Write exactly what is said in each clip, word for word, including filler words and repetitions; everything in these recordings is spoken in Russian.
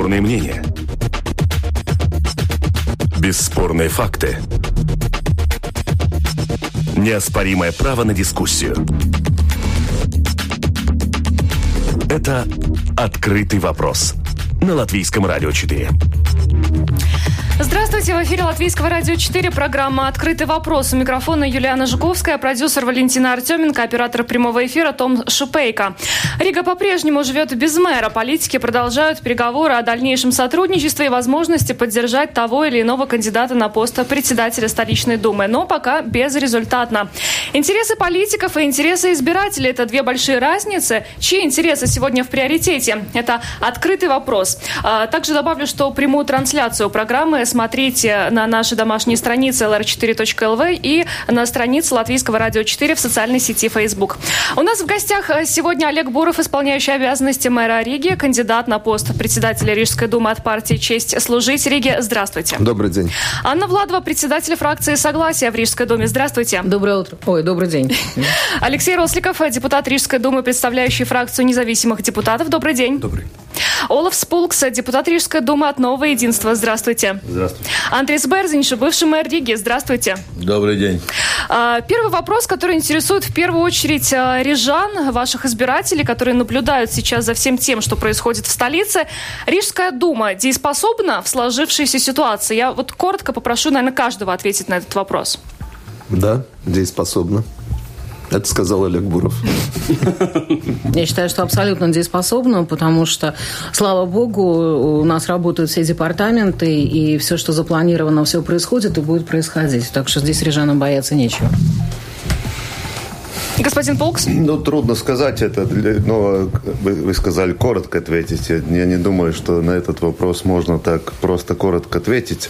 Бесспорные мнения. Бесспорные факты. Неоспоримое право на дискуссию. Это «Открытый вопрос» на Латвийском радио четыре. Здравствуйте, в эфире Латвийского радио четыре, программа «Открытый вопрос». У микрофона Юлиана Жуковская, продюсер Валентина Артеменко, оператор прямого эфира Том Шупейко. Рига по-прежнему живет без мэра. Политики продолжают переговоры о дальнейшем сотрудничестве и возможности поддержать того или иного кандидата на пост председателя столичной думы, но пока безрезультатно. Интересы политиков и интересы избирателей – это две большие разницы. Чьи интересы сегодня в приоритете? Это «Открытый вопрос». Также добавлю, что прямую трансляцию программы смотрите на нашей домашней странице эл эр четыре точка эл ви и на странице Латвийского радио четыре в социальной сети Facebook. У нас в гостях сегодня Олег Буров, исполняющий обязанности мэра Риги, кандидат на пост председателя Рижской думы от партии «Честь служить Риге». Здравствуйте. Добрый день. Анна Владова, председатель фракции «Согласие» в Рижской думе. Здравствуйте. Доброе утро. Ой, добрый день. Алексей Росликов, депутат Рижской думы, представляющий фракцию независимых депутатов. Добрый день. Добрый. Олаф Спулкс, депутат Рижской думы от «Нового единства». Здравствуйте. Здравствуйте. Андрис Берзинш, бывший мэр Риги. Здравствуйте. Добрый день. Первый вопрос, который интересует в первую очередь рижан, ваших избирателей, которые наблюдают сейчас за всем тем, что происходит в столице. Рижская дума дееспособна в сложившейся ситуации? Я вот коротко попрошу, наверное, каждого ответить на этот вопрос. Да, дееспособна. Это сказал Олег Буров. Я считаю, что абсолютно дееспособна, потому что, слава богу, у нас работают все департаменты, и все, что запланировано, все происходит и будет происходить. Так что здесь рижанам бояться нечего. Господин Полкс? Ну, трудно сказать это, но вы, вы сказали коротко ответить. Я не думаю, что на этот вопрос можно так просто коротко ответить.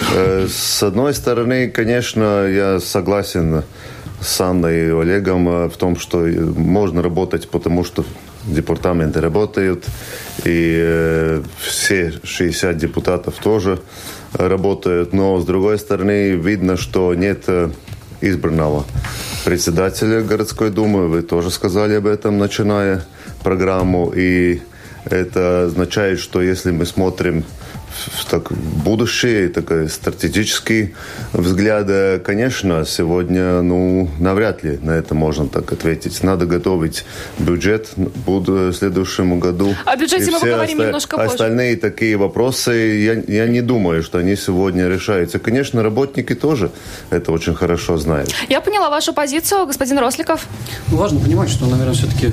С одной стороны, конечно, я согласен с Анной и Олегом в том, что можно работать, потому что департаменты работают, и э, все шестьдесят депутатов тоже работают. Но, с другой стороны, видно, что нет избранного председателя городской думы. Вы тоже сказали об этом, начиная программу. И это означает, что если мы смотрим в так, будущее, такой стратегический взгляд, конечно, сегодня, ну, навряд ли на это можно так ответить. Надо готовить бюджет в следующем году. О бюджете мы поговорим оста- немножко позже. Остальные такие вопросы, я, я не думаю, что они сегодня решаются. Конечно, работники тоже это очень хорошо знают. Я поняла вашу позицию, господин Росликов. Ну, важно понимать, что, наверное, все-таки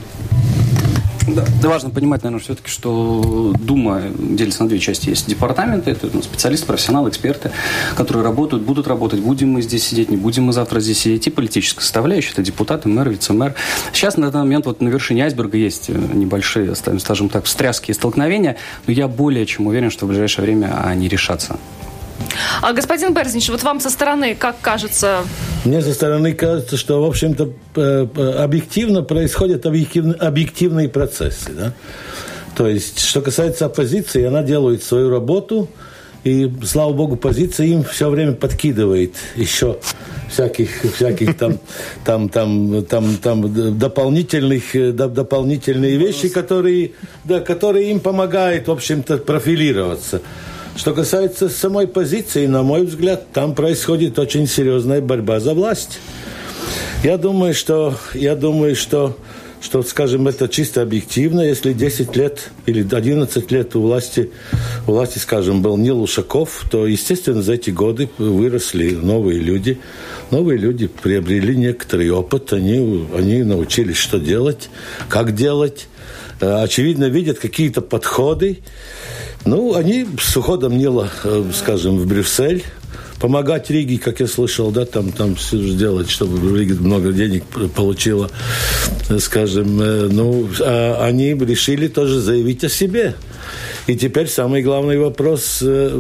Да, да, важно понимать, наверное, все-таки, что Дума делится на две части. Есть департаменты, это ну, специалисты, профессионалы, эксперты, которые работают, будут работать. Будем мы здесь сидеть, не будем мы завтра здесь сидеть. И политическая составляющая, это депутаты, мэр, вице-мэр. Сейчас на данный момент вот на вершине айсберга есть небольшие, скажем так, встряски и столкновения, но я более чем уверен, что в ближайшее время они решатся. А господин Берзинш, вот вам со стороны, как кажется? Мне со стороны кажется, что, в общем-то, объективно происходят объективные, объективные процессы. Да? То есть, что касается оппозиции, она делает свою работу, и, слава богу, позиция им все время подкидывает еще всяких, всяких там, там, там, там, там дополнительных, дополнительные вещи, которые, да, которые им помогают, в общем-то, профилироваться. Что касается самой позиции, на мой взгляд, там происходит очень серьезная борьба за власть. Я думаю, что, я думаю, что, что, скажем, это чисто объективно. Если десять лет или одиннадцать лет у власти, у власти, скажем, был Нил Ушаков, то, естественно, за эти годы выросли новые люди. Новые люди приобрели некоторый опыт, они, они научились, что делать, как делать. Очевидно, видят какие-то подходы. Ну, они с уходом Нила, скажем, в Брюссель, помогать Риге, как я слышал, да, там, там все сделать, чтобы Рига много денег получила, скажем, ну, а они решили тоже заявить о себе. И теперь самый главный вопрос,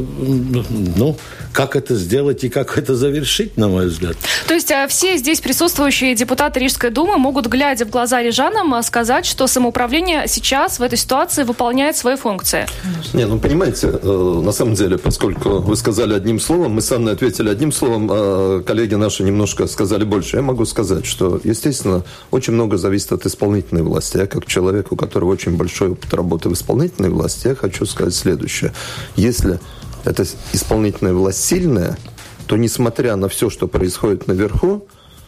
ну, как это сделать и как это завершить, на мой взгляд. То есть все здесь присутствующие депутаты Рижской думы могут, глядя в глаза рижанам, сказать, что самоуправление сейчас в этой ситуации выполняет свои функции? Не, ну, понимаете, на самом деле, поскольку вы сказали одним словом, мы с Анной ответили одним словом, а коллеги наши немножко сказали больше. Я могу сказать, что, естественно, очень много зависит от исполнительной власти. Я как человек, у которого очень большой опыт работы в исполнительной власти, я хочу хочу сказать следующее. Если эта исполнительная власть сильная, то, несмотря на все, что происходит наверху,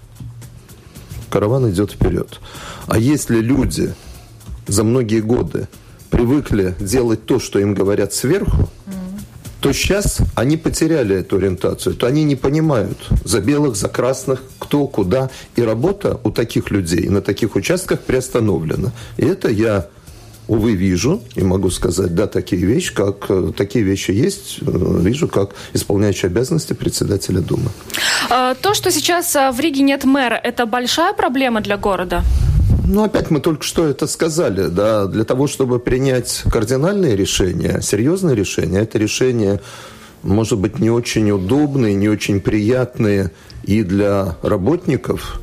караван идет вперед. А если люди за многие годы привыкли делать то, что им говорят сверху, то сейчас они потеряли эту ориентацию, то они не понимают за белых, за красных, кто, куда. И работа у таких людей на таких участках приостановлена. И это я, увы, вижу, и могу сказать, да, такие вещи, как, такие вещи есть, вижу, как исполняющий обязанности председателя Думы. То, что сейчас в Риге нет мэра, это большая проблема для города? Ну, опять мы только что это сказали, да, для того, чтобы принять кардинальные решения, серьезные решения, это решения, может быть, не очень удобные, не очень приятные и для работников,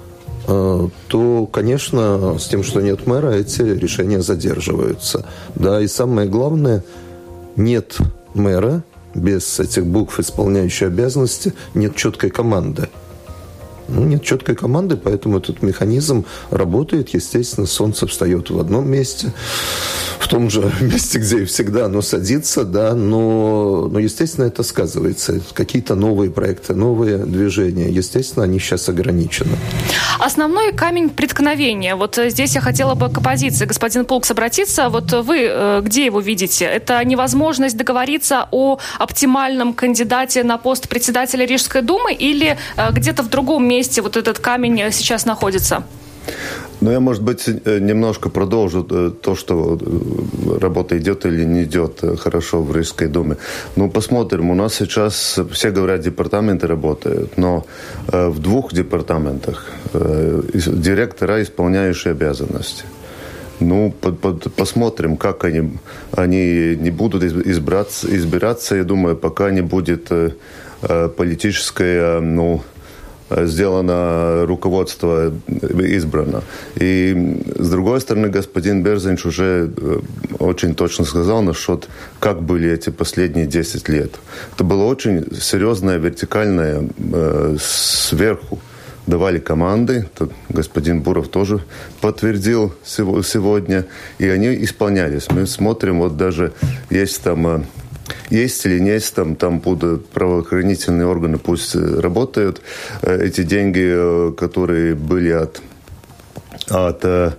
то, конечно, с тем, что нет мэра, эти решения задерживаются. Да, и самое главное, нет мэра, без этих букв исполняющей обязанности, нет четкой команды. Ну, нет четкой команды, поэтому этот механизм работает. Естественно, солнце встает в одном месте, в том же месте, где и всегда оно садится, да, но, но, естественно, это сказывается. Какие-то новые проекты, новые движения, естественно, они сейчас ограничены. Основной камень преткновения. Вот здесь я хотела бы к оппозиции, господин Пулкс, обратиться. Вот вы где его видите? Это невозможность договориться о оптимальном кандидате на пост председателя Рижской думы или где-то в другом месте вот этот камень сейчас находится? Ну, я, может быть, немножко продолжу то, что работа идет или не идет хорошо в Рижской думе. Ну, посмотрим. У нас сейчас, все говорят, департаменты работают, но в двух департаментах директора, исполняющие обязанности. Ну, под, под, посмотрим, как они, они не будут избираться, избираться, я думаю, пока не будет политическое, ну, сделано руководство, избрано. И, с другой стороны, господин Берзинч уже очень точно сказал насчет, как были эти последние десять лет. Это было очень серьезное, вертикальное, э, сверху давали команды, тут господин Буров тоже подтвердил сегодня, и они исполнялись. Мы смотрим, вот даже есть там... Есть или не есть, там, там будут правоохранительные органы, пусть работают. Эти деньги, которые были от, от э,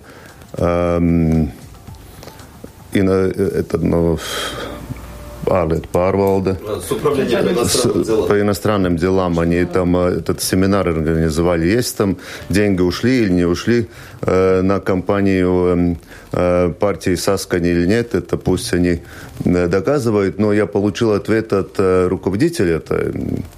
э, и на, это, ну, ārlietu pārvalde. С управлением по иностранным делам. По иностранным делам. Они там этот семинар организовали. Есть там деньги ушли или не ушли э, на кампанию э, партии Саскани или нет. Это пусть они доказывают. Но я получил ответ от э, руководителя это,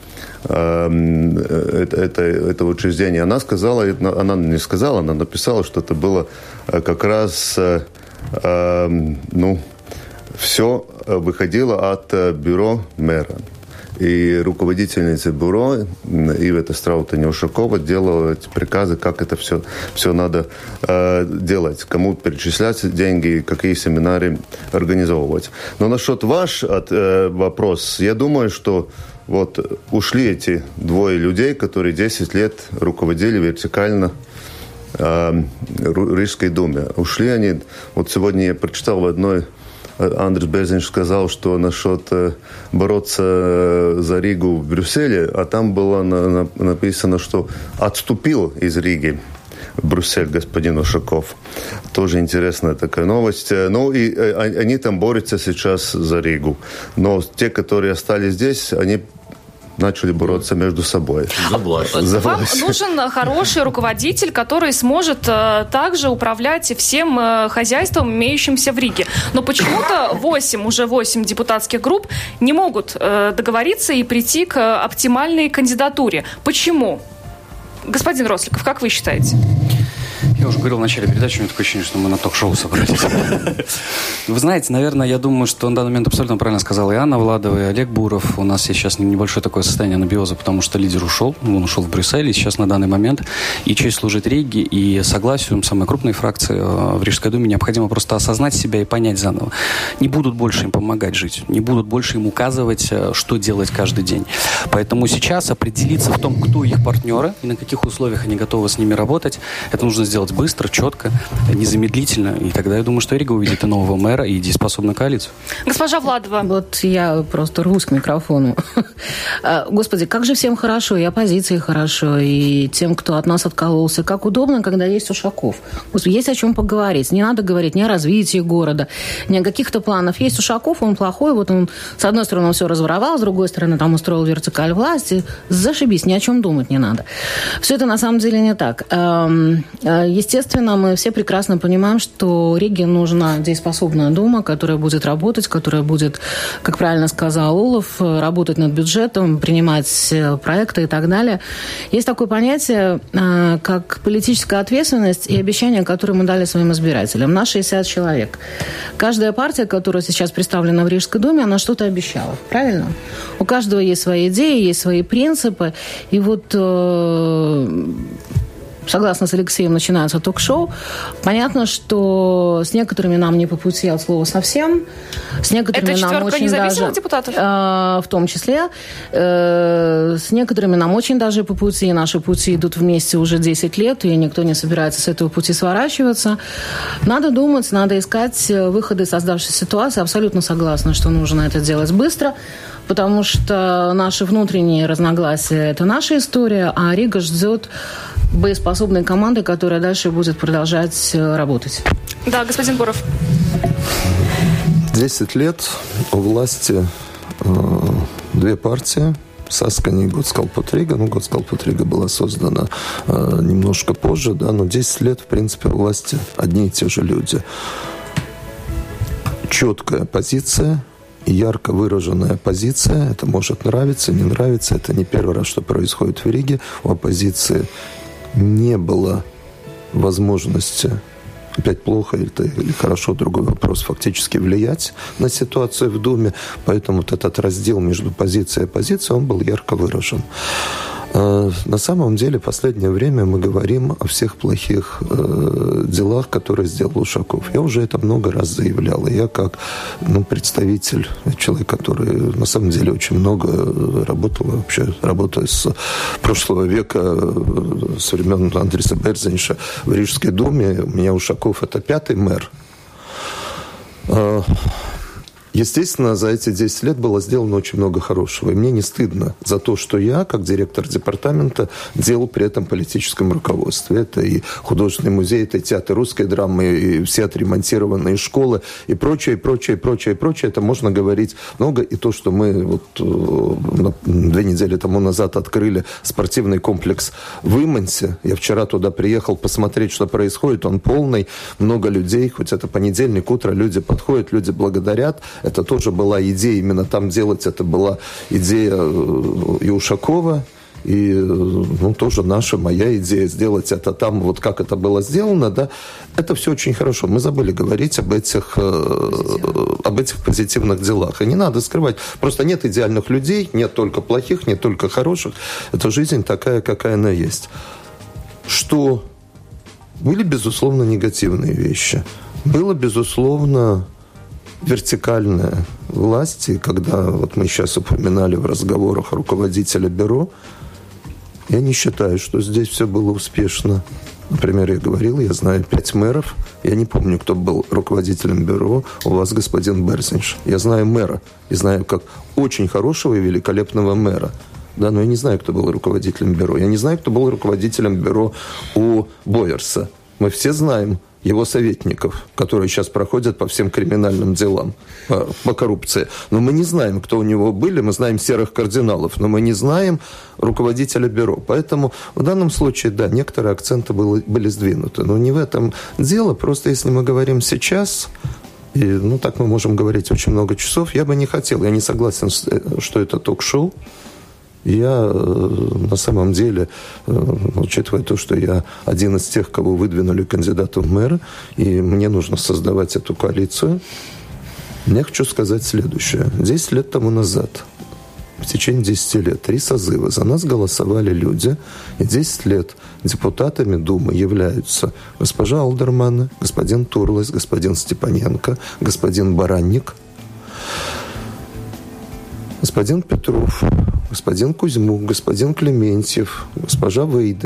э, это, этого учреждения. Она сказала, она не сказала, она написала, что это было как раз э, э, ну, все выходило от бюро мэра. И руководительница бюро Ивета Страутаня-Ушакова делала эти приказы, как это все, все надо э, делать, кому перечислять деньги, какие семинары организовывать. Но насчет ваш от, э, вопрос, я думаю, что вот ушли эти двое людей, которые десять лет руководили вертикально э, Рижской думе. Ушли они, вот сегодня я прочитал в одной Андрес Берзинч сказал, что насчет бороться за Ригу в Брюсселе, а там было на, на, написано, что отступил из Риги в Брюссель господин Ушаков. Тоже интересная такая новость. Ну и они там борются сейчас за Ригу. Но те, которые остались здесь, они начали бороться между собой. За власть. Вам нужен хороший руководитель, который сможет э, также управлять всем э, хозяйством, имеющимся в Риге. Но почему-то восемь, уже восемь депутатских групп не могут э, договориться и прийти к оптимальной кандидатуре. Почему? Господин Росликов, как вы считаете? Я уже говорил в начале передачи, у меня такое ощущение, что мы на ток-шоу собрались. Вы знаете, наверное, я думаю, что на данный момент абсолютно правильно сказала и Анна Владова, и Олег Буров. У нас сейчас небольшое такое состояние анабиоза, потому что лидер ушел, он ушел в Брюссель, и сейчас на данный момент и честь служит Риге, и согласию самой крупной фракции в Рижской думе необходимо просто осознать себя и понять заново. Не будут больше им помогать жить, не будут больше им указывать, что делать каждый день. Поэтому сейчас определиться в том, кто их партнеры и на каких условиях они готовы с ними работать, это нужно сделать быстро, четко, незамедлительно. И тогда я думаю, что Рига увидит и нового мэра, и дееспособную коалицию. Госпожа Владова. Вот я просто рвусь к микрофону. Господи, как же всем хорошо, и оппозиции хорошо, и тем, кто от нас откололся. Как удобно, когда есть Ушаков. Господи, есть о чем поговорить. Не надо говорить ни о развитии города, ни о каких-то планах. Есть Ушаков, он плохой, вот он, с одной стороны, он все разворовал, с другой стороны, там устроил вертикаль власти. Зашибись, ни о чем думать не надо. Все это на самом деле не так. Естественно, мы все прекрасно понимаем, что Риге нужна дееспособная дума, которая будет работать, которая будет, как правильно сказал Олаф, работать над бюджетом, принимать проекты и так далее. Есть такое понятие, как политическая ответственность и обещания, которые мы дали своим избирателям. Нас шестьдесят человек. Каждая партия, которая сейчас представлена в Рижской думе, она что-то обещала. Правильно? У каждого есть свои идеи, есть свои принципы. И вот... Согласно с Алексеем, начинается ток-шоу. Понятно, что с некоторыми нам не по пути от слова совсем. С некоторыми Это нам очень даже... депутатов? Э, в том числе. Э, с некоторыми нам очень даже по пути. И наши пути идут вместе уже десять лет, и никто не собирается с этого пути сворачиваться. Надо думать, надо искать выходы из создавшейся ситуации. Абсолютно согласна, что нужно это делать быстро, потому что наши внутренние разногласия – это наша история, а Рига ждет боеспособной команды, которая дальше будет продолжать работать. Да, господин Буров. Десять лет у власти э, две партии. Саскани и Готскалпот Рига. Ну, Готскалпот Рига была создана э, немножко позже, да, но десять лет, в принципе, у власти одни и те же люди. Четкая позиция, ярко выраженная позиция. Это может нравиться, не нравиться. Это не первый раз, что происходит в Риге. У оппозиции не было возможности, опять плохо или, или хорошо, другой вопрос, фактически влиять на ситуацию в Думе. Поэтому вот этот раздел между позицией и оппозицией, он был ярко выражен. На самом деле, в последнее время мы говорим о всех плохих э, делах, которые сделал Ушаков. Я уже это много раз заявлял. И я как ну, представитель, человек, который на самом деле очень много работал, вообще работая с прошлого века, с времен Андреса Берзинша в Рижской думе. У меня Ушаков это пятый мэр. Естественно, за эти десять лет было сделано очень много хорошего. И мне не стыдно за то, что я, как директор департамента, делал при этом политическом руководстве. Это и художественный музей, это и театр русской драмы, и все отремонтированные школы, и прочее, и прочее, и прочее, и прочее. Это можно говорить много. И то, что мы вот две недели тому назад открыли спортивный комплекс в Имансе. Я вчера туда приехал посмотреть, что происходит. Он полный, много людей. Хоть это понедельник, утро, люди подходят, люди благодарят. Это тоже была идея именно там делать. Это была идея и Ушакова, и ну, тоже наша, моя идея сделать это там, вот как это было сделано, да. Это все очень хорошо. Мы забыли говорить об этих, э, об этих позитивных делах. И не надо скрывать. Просто нет идеальных людей, нет только плохих, нет только хороших. Это жизнь такая, какая она есть. Что были, безусловно, негативные вещи. Было, безусловно, вертикальная власть, и когда вот мы сейчас упоминали в разговорах руководителя бюро, я не считаю, что здесь все было успешно. Например, я говорил, я знаю пять мэров, я не помню, кто был руководителем бюро, у вас господин Берзинш. Я знаю мэра, и знаю как очень хорошего и великолепного мэра. Да, но я не знаю, кто был руководителем бюро. Я не знаю, кто был руководителем бюро у Бойерса. Мы все знаем его советников, которые сейчас проходят по всем криминальным делам по, по коррупции. Но мы не знаем, кто у него были. Мы знаем серых кардиналов, но мы не знаем руководителя бюро. Поэтому в данном случае, да, некоторые акценты были, были сдвинуты. Но не в этом дело. Просто если мы говорим сейчас, и, ну, так мы можем говорить очень много часов, я бы не хотел, я не согласен, что это ток-шоу. Я на самом деле, учитывая то, что я один из тех, кого выдвинули кандидатом в мэра, и мне нужно создавать эту коалицию, я хочу сказать следующее. Десять лет тому назад, в течение десяти лет, три созыва за нас голосовали люди, и десять лет депутатами Думы являются госпожа Алдерман, господин Турлес, господин Степаненко, господин Баранник, господин Петров, господин Кузьмук, господин Клементьев, госпожа Вейданя.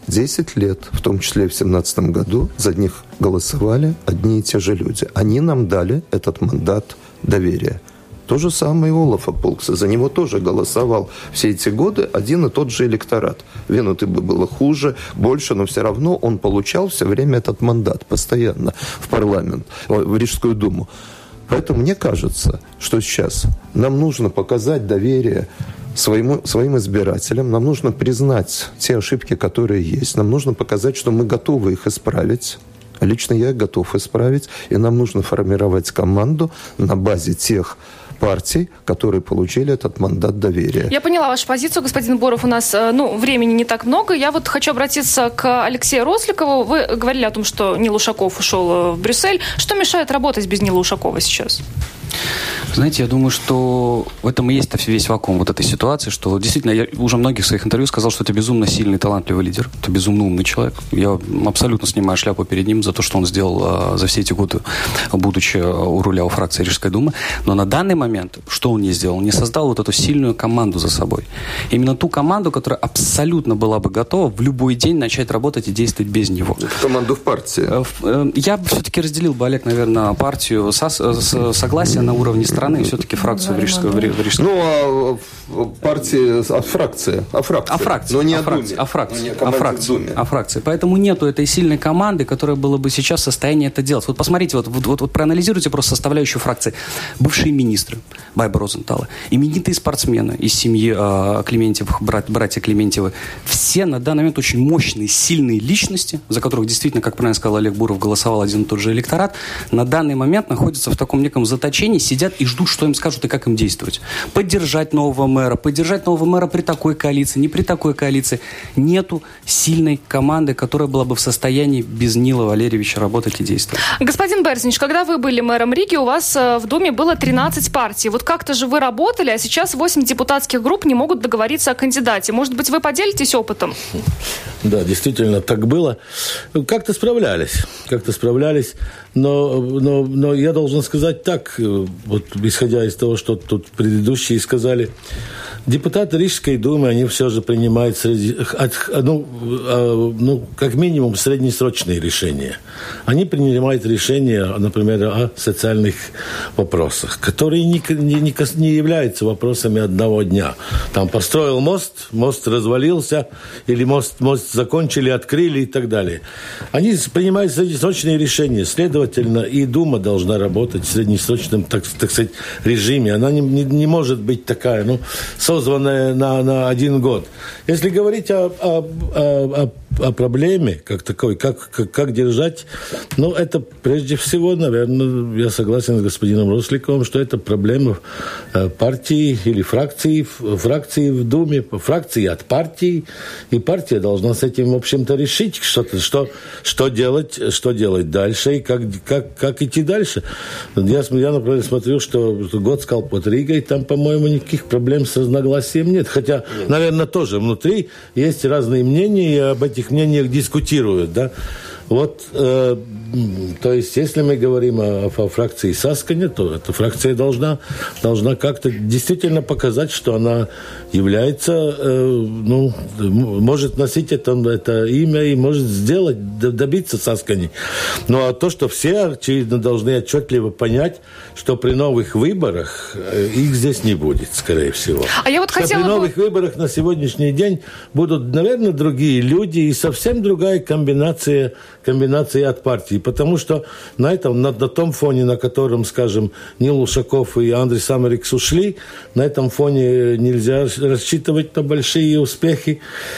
десять лет, в том числе и в две тысячи семнадцатом году, за них голосовали одни и те же люди. Они нам дали этот мандат доверия. То же самое и Олафа Полкса. За него тоже голосовал все эти годы один и тот же электорат. Венуты бы было хуже, больше, но все равно он получал все время этот мандат постоянно в парламент, в Рижскую думу. Поэтому мне кажется, что сейчас нам нужно показать доверие своему, своим избирателям, нам нужно признать те ошибки, которые есть, нам нужно показать, что мы готовы их исправить. Лично я готов исправить, и нам нужно формировать команду на базе тех партий, которые получили этот мандат доверия. Я поняла вашу позицию, господин Боров. У нас ну, времени не так много. Я вот хочу обратиться к Алексею Росликову. Вы говорили о том, что Нил Ушаков ушел в Брюссель. Что мешает работать без Нила Ушакова сейчас? Знаете, я думаю, что в этом и есть весь вакуум вот этой ситуации, что действительно, я уже в многих своих интервью сказал, что это безумно сильный, талантливый лидер, это безумно умный человек. Я абсолютно снимаю шляпу перед ним за то, что он сделал за все эти годы, будучи у руля у фракции Рижской думы. Но на данный момент, что он не сделал? Он не создал вот эту сильную команду за собой. Именно ту команду, которая абсолютно была бы готова в любой день начать работать и действовать без него. Команду в партии. Я бы все-таки разделил бы, Олег, наверное, партию согласия на уровне страны и все-таки фракцию в Рижской. В Рижской. Ну, а партии, а фракция, а фракция. А фракция. Но не а о фракция. Думе. А фракция. А фракция. А фракция. Поэтому нету этой сильной команды, которая была бы сейчас в состоянии это делать. Вот посмотрите, вот, вот, вот, вот проанализируйте просто составляющую фракции. Бывшие министры Байба Розентала, именитые спортсмены из семьи э, Клементьевых, брат, братья Клементьевы. Все на данный момент очень мощные, сильные личности, за которых действительно, как правильно сказал Олег Буров, голосовал один и тот же электорат, на данный момент находятся в таком неком заточении, сидят и ждут, что им скажут и как им действовать. Поддержать нового мэра, поддержать нового мэра при такой коалиции, не при такой коалиции. Нету сильной команды, которая была бы в состоянии без Нила Валерьевича работать и действовать. Господин Берзнич, когда вы были мэром Риги, у вас в Думе было тринадцать партий. Вот как-то же вы работали, а сейчас восемь депутатских групп не могут договориться о кандидате. Может быть, вы поделитесь опытом? Да, действительно, так было. Как-то справлялись, как-то справлялись. Но, но, но я должен сказать так, вот исходя из того, что тут предыдущие сказали, депутаты Рижской думы, они все же принимают среди, ну, ну, как минимум среднесрочные решения. Они принимают решения, например, о социальных вопросах, которые не, не, не являются вопросами одного дня. Там построил мост, мост развалился, или мост, мост закончили, открыли и так далее. Они принимают среднесрочные решения. Следовательно, и Дума должна работать в среднесрочном, так, так сказать, режиме. Она не, не, не может быть такая, ну, созванная на, на один год. Если говорить о, о, о, о проблеме как такой, как, как, как держать, ну, это прежде всего, наверное, я согласен с господином Росликовым, что это проблема партии или фракции, фракции в Думе, фракции от партии, и партия должна с этим, в общем-то, решить, что-то, что, что делать, что делать дальше и как, как, как идти дальше. Я, я, например, смотрю, что год сказал под Ригой, там, по-моему, никаких проблем с разногласием нет. Хотя, нет. наверное, тоже внутри есть разные мнения, и об этих мнениях дискутируют, да. Вот, э, то есть, если мы говорим о, о фракции Саскани, то эта фракция должна, должна как-то действительно показать, что она является, э, ну, может носить это, это имя и может сделать, добиться Саскани. Ну, а то, что все, очевидно, должны отчетливо понять, что при новых выборах их здесь не будет, скорее всего. А я вот что хотела при новых бы... выборах на сегодняшний день будут, наверное, другие люди и совсем другая комбинация комбинации от партии, потому что на этом, на, на том фоне, на котором, скажем, Нил Ушаков и Андрей Самарикс ушли, на этом фоне нельзя рассчитывать на большие успехи.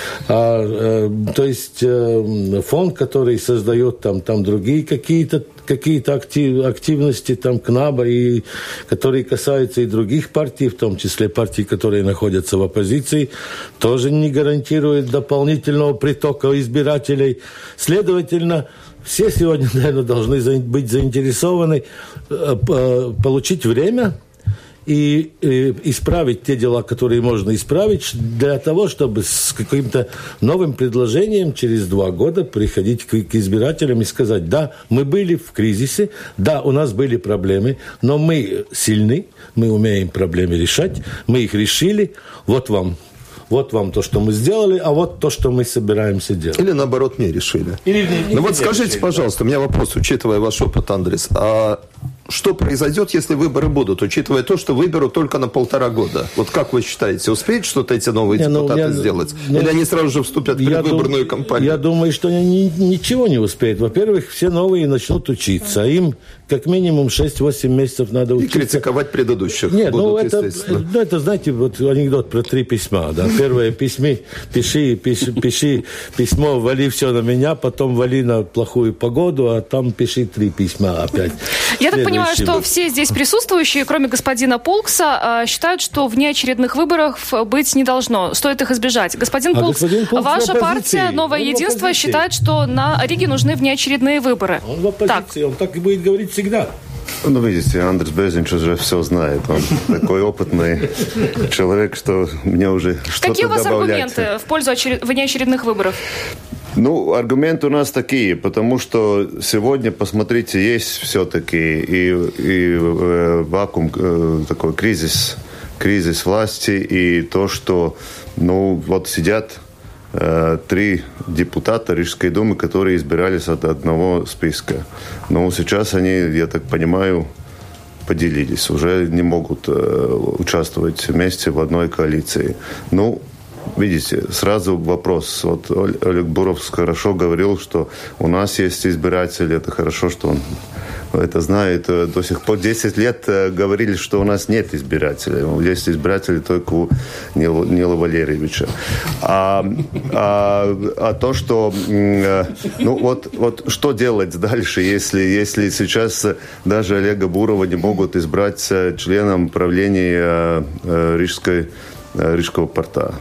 А, э, то есть э, фонд, который создает там, там другие какие-то какие-то актив, активности там КНАБа, и, которые касаются и других партий, в том числе партий, которые находятся в оппозиции, тоже не гарантирует дополнительного притока избирателей. Следовательно, все сегодня, наверное, должны быть заинтересованы получить время и, и исправить те дела, которые можно исправить, для того, чтобы с каким-то новым предложением через два года приходить к, к избирателям и сказать: да, мы были в кризисе, да, у нас были проблемы, но мы сильны, мы умеем проблемы решать, мы их решили, вот вам вот вам то, что мы сделали, а вот то, что мы собираемся делать. Или наоборот не решили. Или, или, ну или вот скажите, решили, пожалуйста, да. у меня вопрос, учитывая ваш опыт, Андрис, а что произойдет, если выборы будут, учитывая то, что выберут только на полтора года? Вот как вы считаете, успеют что-то эти новые не, депутаты ну, я, сделать? Ну, Или они сразу же вступят в предвыборную дум, кампанию? Я думаю, что они ничего не успеют. Во-первых, все новые начнут учиться. А им как минимум шесть-восемь месяцев надо учиться. И критиковать предыдущих. Нет, будут, ну, это, ну это, знаете, вот анекдот про три письма. Да? Первое письмо, пиши, пиши, пиши письмо, вали все на меня, потом вали на плохую погоду, а там пиши три письма опять. Я так понимаю, что все здесь присутствующие, кроме господина Полкса, считают, что внеочередных выборов быть не должно. Стоит их избежать. Господин а Полкс, господин Полкс ваша партия «Новое он единство» считает, что на Риге нужны внеочередные выборы. Он в оппозиции, так. он так и будет говорить всегда. Ну, видите, Андрис Безинч уже все знает. Он такой опытный человек, что мне уже что-то добавлять. Какие у вас аргументы в пользу внеочередных выборов? Ну, аргументы у нас такие, потому что сегодня, посмотрите, есть все-таки и, и э, вакуум, э, такой кризис, кризис власти, и то, что, ну, вот сидят э, три депутата Рижской думы, которые избирались от одного списка. Но сейчас они, я так понимаю, поделились, уже не могут э, участвовать вместе в одной коалиции. Ну, видите, сразу вопрос. Вот Олег Буров хорошо говорил, что у нас есть избиратели. Это хорошо, что он это знает. До сих пор десять лет говорили, что у нас нет избирателей. Есть избиратели только у Нила Валерьевича. А, а, а то, что... Ну, вот, вот что делать дальше, если, если сейчас даже Олега Бурова не могут избрать членом правления Рижской, Рижского порта?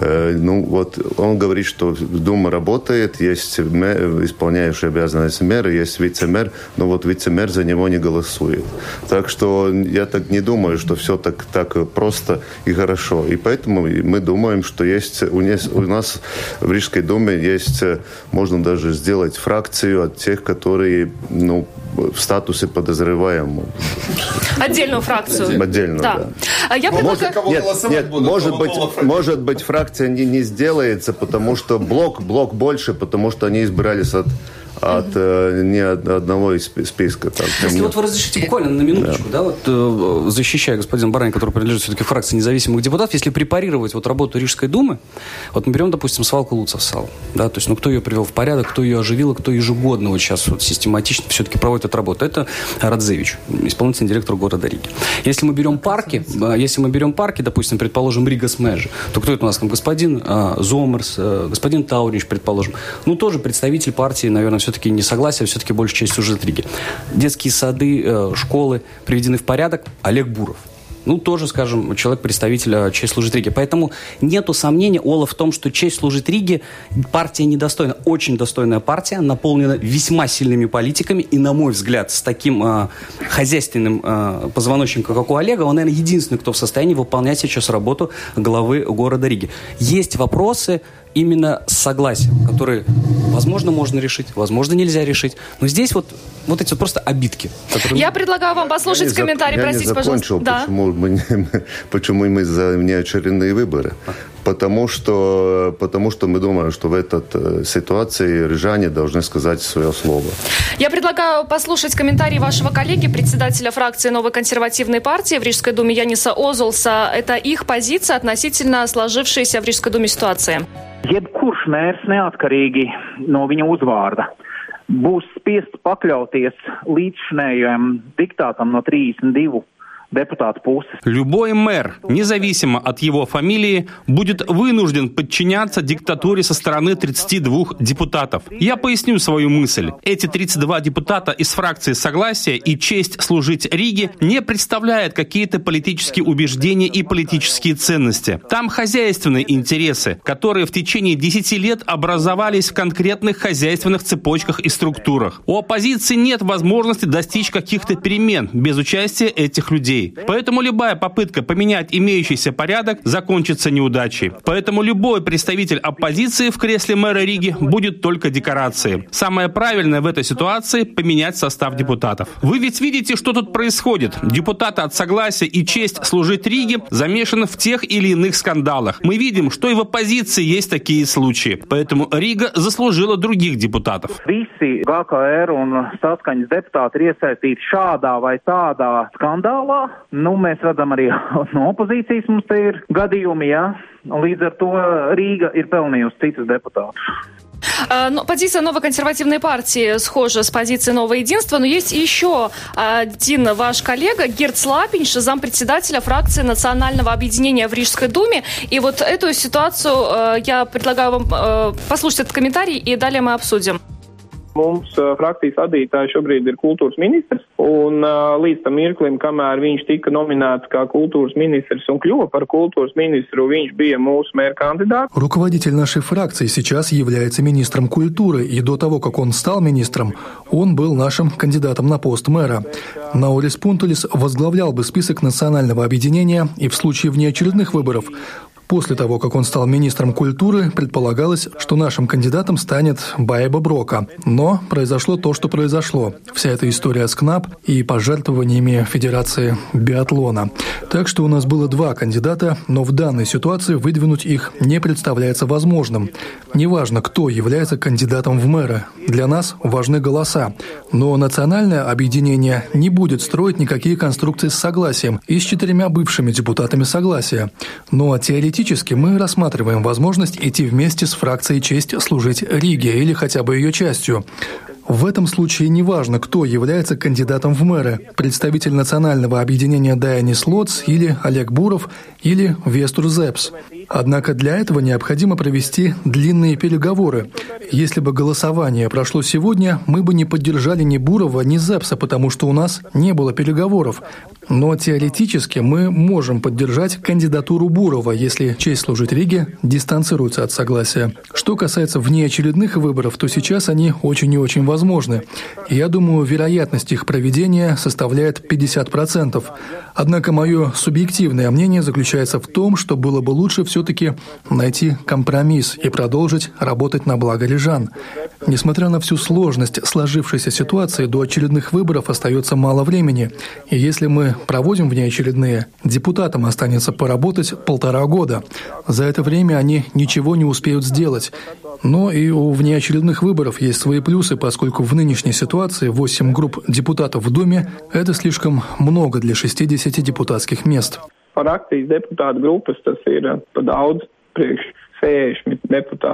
Ну, вот он говорит, что Дума работает, есть мэр, исполняющий обязанности мэра, есть вице-мэр, но вот вице-мэр за него не голосует. Так что я так не думаю, что все так, так просто и хорошо. И поэтому мы думаем, что есть у нас, у нас в Рижской Думе есть, можно даже сделать фракцию от тех, которые, ну, в статусе подозреваемого. Отдельную фракцию. Отдельно, да. да. Я предлагаю... Нет, нет, может быть, может быть, фракция не, не сделается, потому что блок, блок больше, потому что они избирались от, от mm-hmm. э, не от одного из списка. Там, Если там, вот вы разрешите буквально на минуточку, да, да вот э, защищая господина Барани, который принадлежит все-таки фракции независимых депутатов, если препарировать вот работу Рижской думы, вот мы берем, допустим, свалку Луцовсал, да, то есть, ну, кто ее привел в порядок, кто ее оживил, кто ежегодно вот сейчас вот систематично все-таки проводит эту работу, это Радзевич, исполнительный директор города Риги. Если мы берем парки, если мы берем парки, допустим, предположим, Рига Смежи, то кто это у нас там? Господин э, Зомерс, э, господин Таурич, предположим, ну, тоже представитель партии, наверное, все-таки не согласие, все-таки большая часть служит Риге. Детские сады, э, школы приведены в порядок. Олег Буров. Ну, тоже, скажем, человек-представитель «Честь служит Риге». Поэтому нету сомнения, Ола, в том, что «Честь служит Риге» партия недостойна. Очень достойная партия, наполнена весьма сильными политиками. И, на мой взгляд, с таким э, хозяйственным э, позвоночником, как у Олега, он, наверное, единственный, кто в состоянии выполнять сейчас работу главы города Риги. Есть вопросы именно с согласием, которые, возможно, можно решить, возможно, нельзя решить. Но здесь вот, вот эти вот просто обидки. Которые... Я предлагаю вам послушать я комментарий, зак... простите, я не закончил, пожалуйста. Почему, да. мы, почему мы за внеочередные выборы. Потому что, потому что мы думаем, что в этой ситуации рижане должны сказать свое слово. Я предлагаю послушать комментарий вашего коллеги, председателя фракции Новой консервативной партии в Рижской думе Яниса Озолса. Это их позиция относительно сложившейся в Рижской думе ситуации. Jebkurš mērs neatkarīgi no viņa uzvārda būs spiests pakļauties līdzšinējiem diktātam no тридцать два депутата пусть. Любой мэр, независимо от его фамилии, будет вынужден подчиняться диктатуре со стороны тридцати двух депутатов. Я поясню свою мысль. Эти тридцать два депутата из фракции «Согласие» и «Честь служить Риге» не представляют какие-то политические убеждения и политические ценности. Там хозяйственные интересы, которые в течение десяти лет образовались в конкретных хозяйственных цепочках и структурах. У оппозиции нет возможности достичь каких-то перемен без участия этих людей. людей. Поэтому любая попытка поменять имеющийся порядок закончится неудачей. Поэтому любой представитель оппозиции в кресле мэра Риги будет только декорацией. Самое правильное в этой ситуации – поменять состав депутатов. Вы ведь видите, что тут происходит. Депутаты от Согласия и Честь служить Риге замешаны в тех или иных скандалах. Мы видим, что и в оппозиции есть такие случаи. Поэтому Рига заслужила других депутатов. Visi G K R un Saskaņas deputāti ir iesaistīti šādā vai tādā skandālā. Nu, mēs redzam arī no opozīcijas mums te ir gadījumi, jā. Līdz ar to Rīga ir pelnījusi citus deputātus. Но позиция новой консервативной партии схожа с позицией Нового единства, но есть еще один ваш коллега, Герц Лапинш, зампредседателя фракции Национального объединения в Рижской думе. И вот эту ситуацию я предлагаю вам послушать этот комментарий, и далее мы обсудим. Mums uh, frakcijas vadītājs šobrīd ir kultūras ministrs, un uh, līdz tam mirklim, kamēr viņš tika nominēts kā kultūras ministrs un kļuva par kultūras ministru, viņš bija mūsu мэра кандидат. Руководитель нашей фракции сейчас является министром культуры, и до того, как он стал министром, он был нашим кандидатом на пост мэра. Наолис Пунтулис возглавлял бы список национального объединения, и в случае внеочередных выборов после того, как он стал министром культуры, предполагалось, что нашим кандидатом станет Байба Брока. Но произошло то, что произошло. Вся эта история с КНАП и пожертвованиями Федерации биатлона. Так что у нас было два кандидата, но в данной ситуации выдвинуть их не представляется возможным. Неважно, кто является кандидатом в мэра. Для нас важны голоса. Но национальное объединение не будет строить никакие конструкции с согласием и с четырьмя бывшими депутатами согласия. Но теоретически Теоретически мы рассматриваем возможность идти вместе с фракцией «Честь» служить Риге или хотя бы ее частью. В этом случае неважно, кто является кандидатом в мэры – представитель национального объединения Дайанис Лоц или Олег Буров или Вестур Зепс. Однако для этого необходимо провести длинные переговоры. Если бы голосование прошло сегодня, мы бы не поддержали ни Бурова, ни Зепса, потому что у нас не было переговоров. Но теоретически мы можем поддержать кандидатуру Бурова, если «Честь служить Риге» дистанцируется от согласия. Что касается внеочередных выборов, то сейчас они очень и очень возможны. Я думаю, вероятность их проведения составляет пятьдесят процентов. Однако мое субъективное мнение заключается в том, что было бы лучше все-таки найти компромисс и продолжить работать на благо рижан. Несмотря на всю сложность сложившейся ситуации, до очередных выборов остается мало времени. И если мы проводим внеочередные, депутатам останется поработать полтора года. За это время они ничего не успеют сделать. Но и у внеочередных выборов есть свои плюсы, поскольку в нынешней ситуации восемь групп депутатов в Думе – это слишком много для шестидесяти депутатских мест. Frakcijas deputātu grupas, tas ir pa daudz priekš sešdesmit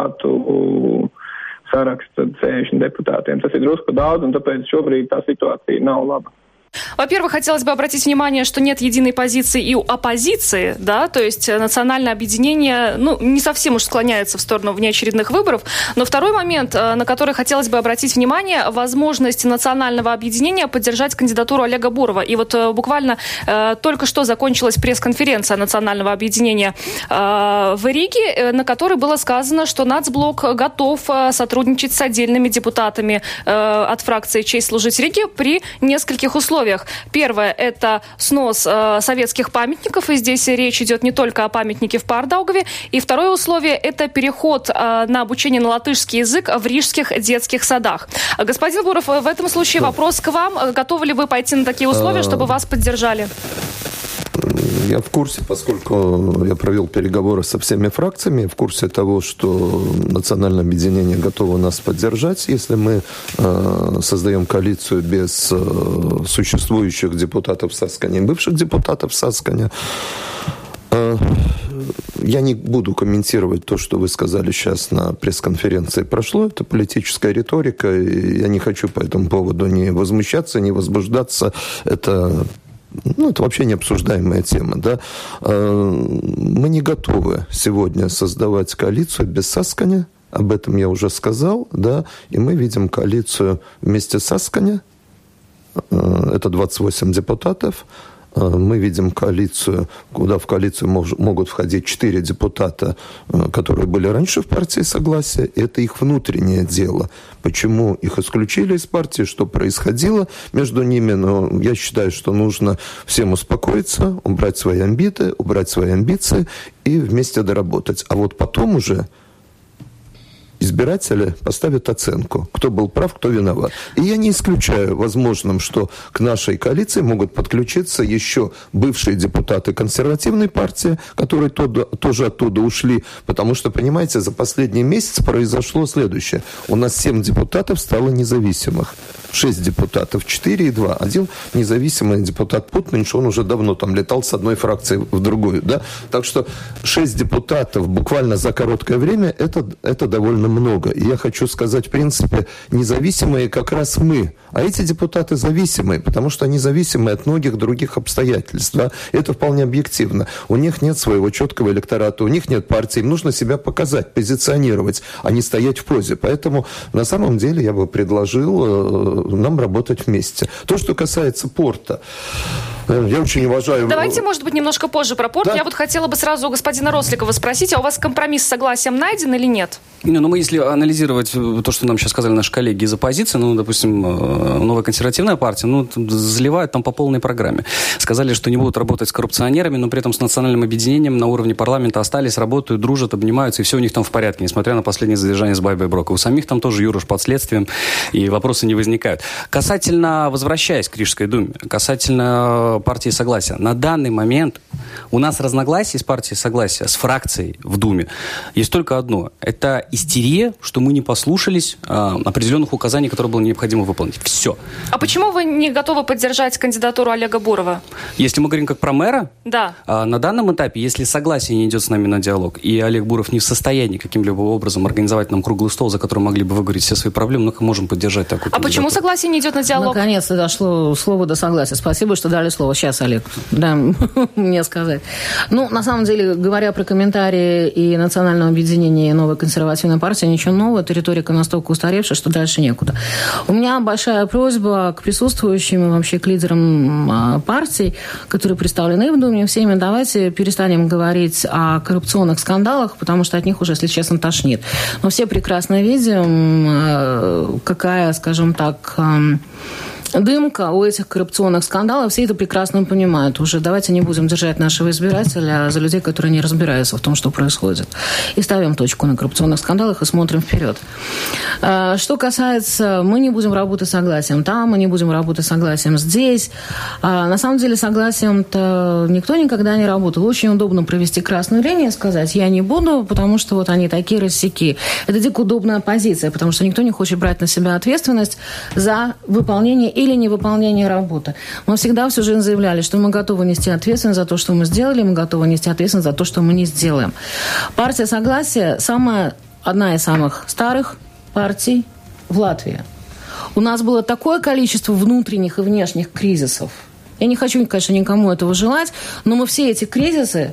deputātu saraksta sešdesmit deputātiem. Tas ir drusku daudz, un tāpēc šobrīd tā situācija nav laba. Во-первых, хотелось бы обратить внимание, что нет единой позиции и у оппозиции, да, то есть национальное объединение, ну, не совсем уж склоняется в сторону внеочередных выборов. Но второй момент, на который хотелось бы обратить внимание, возможность национального объединения поддержать кандидатуру Олега Бурова. И вот буквально только что закончилась пресс-конференция национального объединения в Риге, на которой было сказано, что Нацблок готов сотрудничать с отдельными депутатами от фракции «Честь служить Риге» при нескольких условиях. Первое – это снос э, советских памятников, и здесь речь идет не только о памятнике в Паардаугаве. И второе условие – это переход э, на обучение на латышский язык в рижских детских садах. Господин Буров, в этом случае вопрос к вам. Готовы ли вы пойти на такие условия, чтобы вас поддержали? Я в курсе, поскольку я провел переговоры со всеми фракциями, в курсе того, что национальное объединение готово нас поддержать, если мы э, создаем коалицию без э, существующих депутатов Сасканя и бывших депутатов Сасканя. Э, я не буду комментировать то, что вы сказали сейчас на пресс-конференции. Прошло, это политическая риторика, и я не хочу по этому поводу ни возмущаться, ни возбуждаться. Это... Ну, это вообще необсуждаемая тема, да. Мы не готовы сегодня создавать коалицию без Сасканя, об этом я уже сказал, да, и мы видим коалицию вместе с Сасканя, это двадцать восемь депутатов, Мы видим коалицию, куда в коалицию мож, могут входить четыре депутата, которые были раньше в партии Согласия. Это их внутреннее дело. Почему их исключили из партии, что происходило между ними. Но я считаю, что нужно всем успокоиться, убрать свои амбиции, убрать свои амбиции и вместе доработать. А вот потом уже избиратели поставят оценку, кто был прав, кто виноват. И я не исключаю возможным, что к нашей коалиции могут подключиться еще бывшие депутаты консервативной партии, которые туда, тоже оттуда ушли, потому что, понимаете, за последний месяц произошло следующее. У нас семь депутатов стало независимых. Шесть депутатов, четыре и два. Один независимый депутат Путнинш, он уже давно там летал с одной фракции в другую. Да? Так что шесть депутатов буквально за короткое время, это, это довольно много. И я хочу сказать, в принципе, независимые как раз мы. А эти депутаты зависимые, потому что они зависимы от многих других обстоятельств. Да? Это вполне объективно. У них нет своего четкого электората, у них нет партии. Им нужно себя показать, позиционировать, а не стоять в позе. Поэтому на самом деле я бы предложил нам работать вместе. То, что касается порта, я очень уважаю... Давайте, может быть, немножко позже про порт. Да? Я вот хотела бы сразу у господина Росликова спросить, а у вас компромисс с согласием найден или нет? Ну, мы если анализировать то, что нам сейчас сказали наши коллеги из оппозиции, ну, допустим, новая консервативная партия, ну, заливают там по полной программе. Сказали, что не будут работать с коррупционерами, но при этом с национальным объединением на уровне парламента остались, работают, дружат, обнимаются, и все у них там в порядке, несмотря на последнее задержание с Байбой Брока. У самих там тоже Юрош под следствием, и вопросы не возникают. Касательно, возвращаясь к Рижской думе, касательно партии Согласия, на данный момент у нас разногласий с партией Согласия, с фракцией в Думе, есть только одно. Это истерия, что мы не послушались э, определенных указаний, которые было необходимо выполнить. Все. А почему вы не готовы поддержать кандидатуру Олега Бурова? Если мы говорим как про мэра, да. э, на данном этапе, если Согласие не идет с нами на диалог, и Олег Буров не в состоянии каким-либо образом организовать нам круглый стол, за который могли бы выговорить все свои проблемы, мы можем поддержать такую кандидатуру. А почему Согласие не идет на диалог? Наконец-то дошло слово до согласия. Спасибо, что дали слово. Сейчас, Олег, да, мне сказать. Ну, на самом деле, говоря про комментарии и национального объединения, и новой консервативной партии, ничего нового, эта риторика настолько устаревшая, что дальше некуда. У меня большая просьба к присутствующим и вообще к лидерам партий, которые представлены в Думе, всеми, давайте перестанем говорить о коррупционных скандалах, потому что от них уже, если честно, тошнит. Но все прекрасно видим, какая, скажем так, дымка у этих коррупционных скандалов, все это прекрасно понимают. Уже давайте не будем держать нашего избирателя за людей, которые не разбираются в том, что происходит. И ставим точку на коррупционных скандалах и смотрим вперед. Что касается, мы не будем работать согласием там, мы не будем работать согласием здесь. На самом деле согласием-то никто никогда не работал. Очень удобно провести красную линию и сказать, я не буду, потому что вот они такие рассеки. Это дико удобная позиция, потому что никто не хочет брать на себя ответственность за выполнение или невыполнение работы. Мы всегда всю жизнь заявляли, что мы готовы нести ответственность за то, что мы сделали, мы готовы нести ответственность за то, что мы не сделаем. Партия Согласия самая, одна из самых старых партий в Латвии. У нас было такое количество внутренних и внешних кризисов. Я не хочу, конечно, никому этого желать, но мы все эти кризисы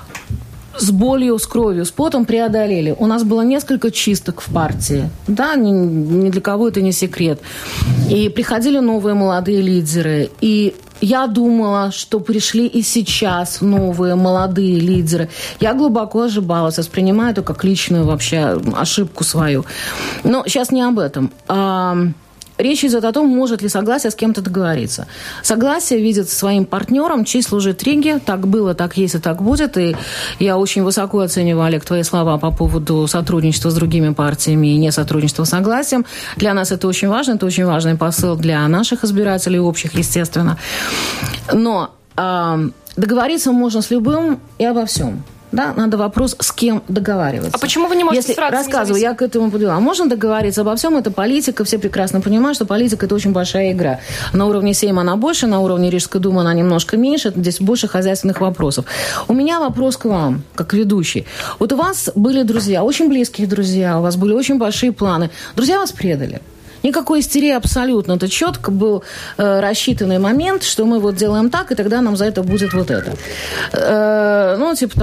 с болью, с кровью, с потом преодолели. У нас было несколько чисток в партии. Да, ни, ни для кого это не секрет. И приходили новые молодые лидеры. И я думала, что пришли и сейчас новые молодые лидеры. Я глубоко ошибалась, воспринимаю это как личную вообще ошибку свою. Но сейчас не об этом. Речь идет о том, может ли Согласие с кем-то договориться. Согласие видит своим партнером, чьей служит Риге. Так было, так есть и так будет. И я очень высоко оцениваю, Олег, твои слова по поводу сотрудничества с другими партиями и не сотрудничества с Согласием. Для нас это очень важно. Это очень важный посыл для наших избирателей, общих, естественно. Но э, договориться можно с любым и обо всем. Да, надо вопрос, с кем договариваться. А почему вы не можете Если, сразу рассказываю, я к этому подвела. Можно договориться обо всем, это политика, все прекрасно понимают, что политика – это очень большая игра. На уровне Сейма она больше, на уровне Рижской думы она немножко меньше, здесь больше хозяйственных вопросов. У меня вопрос к вам, как ведущий. Вот у вас были друзья, очень близкие друзья, у вас были очень большие планы. Друзья вас предали. Никакой истерии абсолютно. Это четко был э, рассчитанный момент, что мы вот делаем так, и тогда нам за это будет вот это. Э, ну, типа того.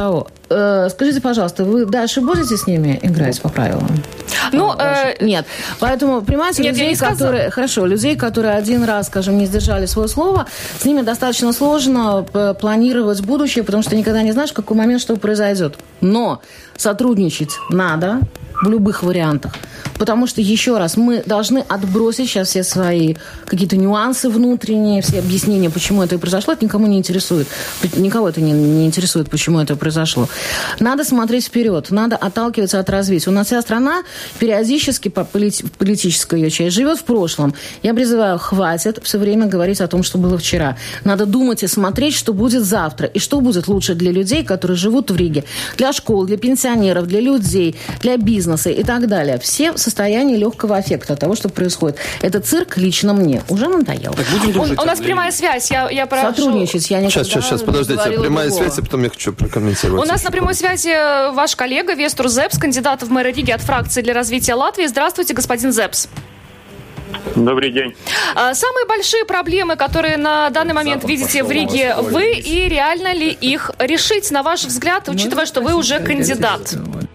э, скажите, пожалуйста, вы дальше будете с ними играть по правилам? Ну, э... Нет. Поэтому, понимаете, Нет, людей, которые... Хорошо, людей, которые один раз, скажем, не сдержали свое слово, с ними достаточно сложно планировать будущее, потому что никогда не знаешь, в какой момент что произойдет. Но сотрудничать надо в любых вариантах. Потому что, еще раз, мы должны отбросить сейчас все свои какие-то нюансы внутренние, все объяснения, почему это произошло, это никому не интересует. Никого это не, не интересует, почему это произошло. Надо смотреть вперед, надо отталкиваться от развития. У нас вся страна периодически, по полит, политическая ее часть, живет в прошлом. Я призываю, хватит все время говорить о том, что было вчера. Надо думать и смотреть, что будет завтра, и что будет лучше для людей, которые живут в Риге, для школ, для пенсионеров, для людей, для бизнеса и так далее. Все в состоянии легкого аффекта от того, что происходит. Этот цирк лично мне уже надоел. У, у нас прямая связь. Я, я прошу... Сотрудничать я никогда Сейчас, сейчас, сейчас, подождите. Прямая другого. связь, а потом я хочу прокомментировать. У нас на прямой связи ваш коллега Вестур Зепс, кандидат в мэра Риги от фракции для развития Латвии. Здравствуйте, господин Зепс. Добрый день. Самые большие проблемы, которые на данный момент Запад видите в Риге, вы, и реально ли их решить, на ваш взгляд, учитывая, что вы уже кандидат?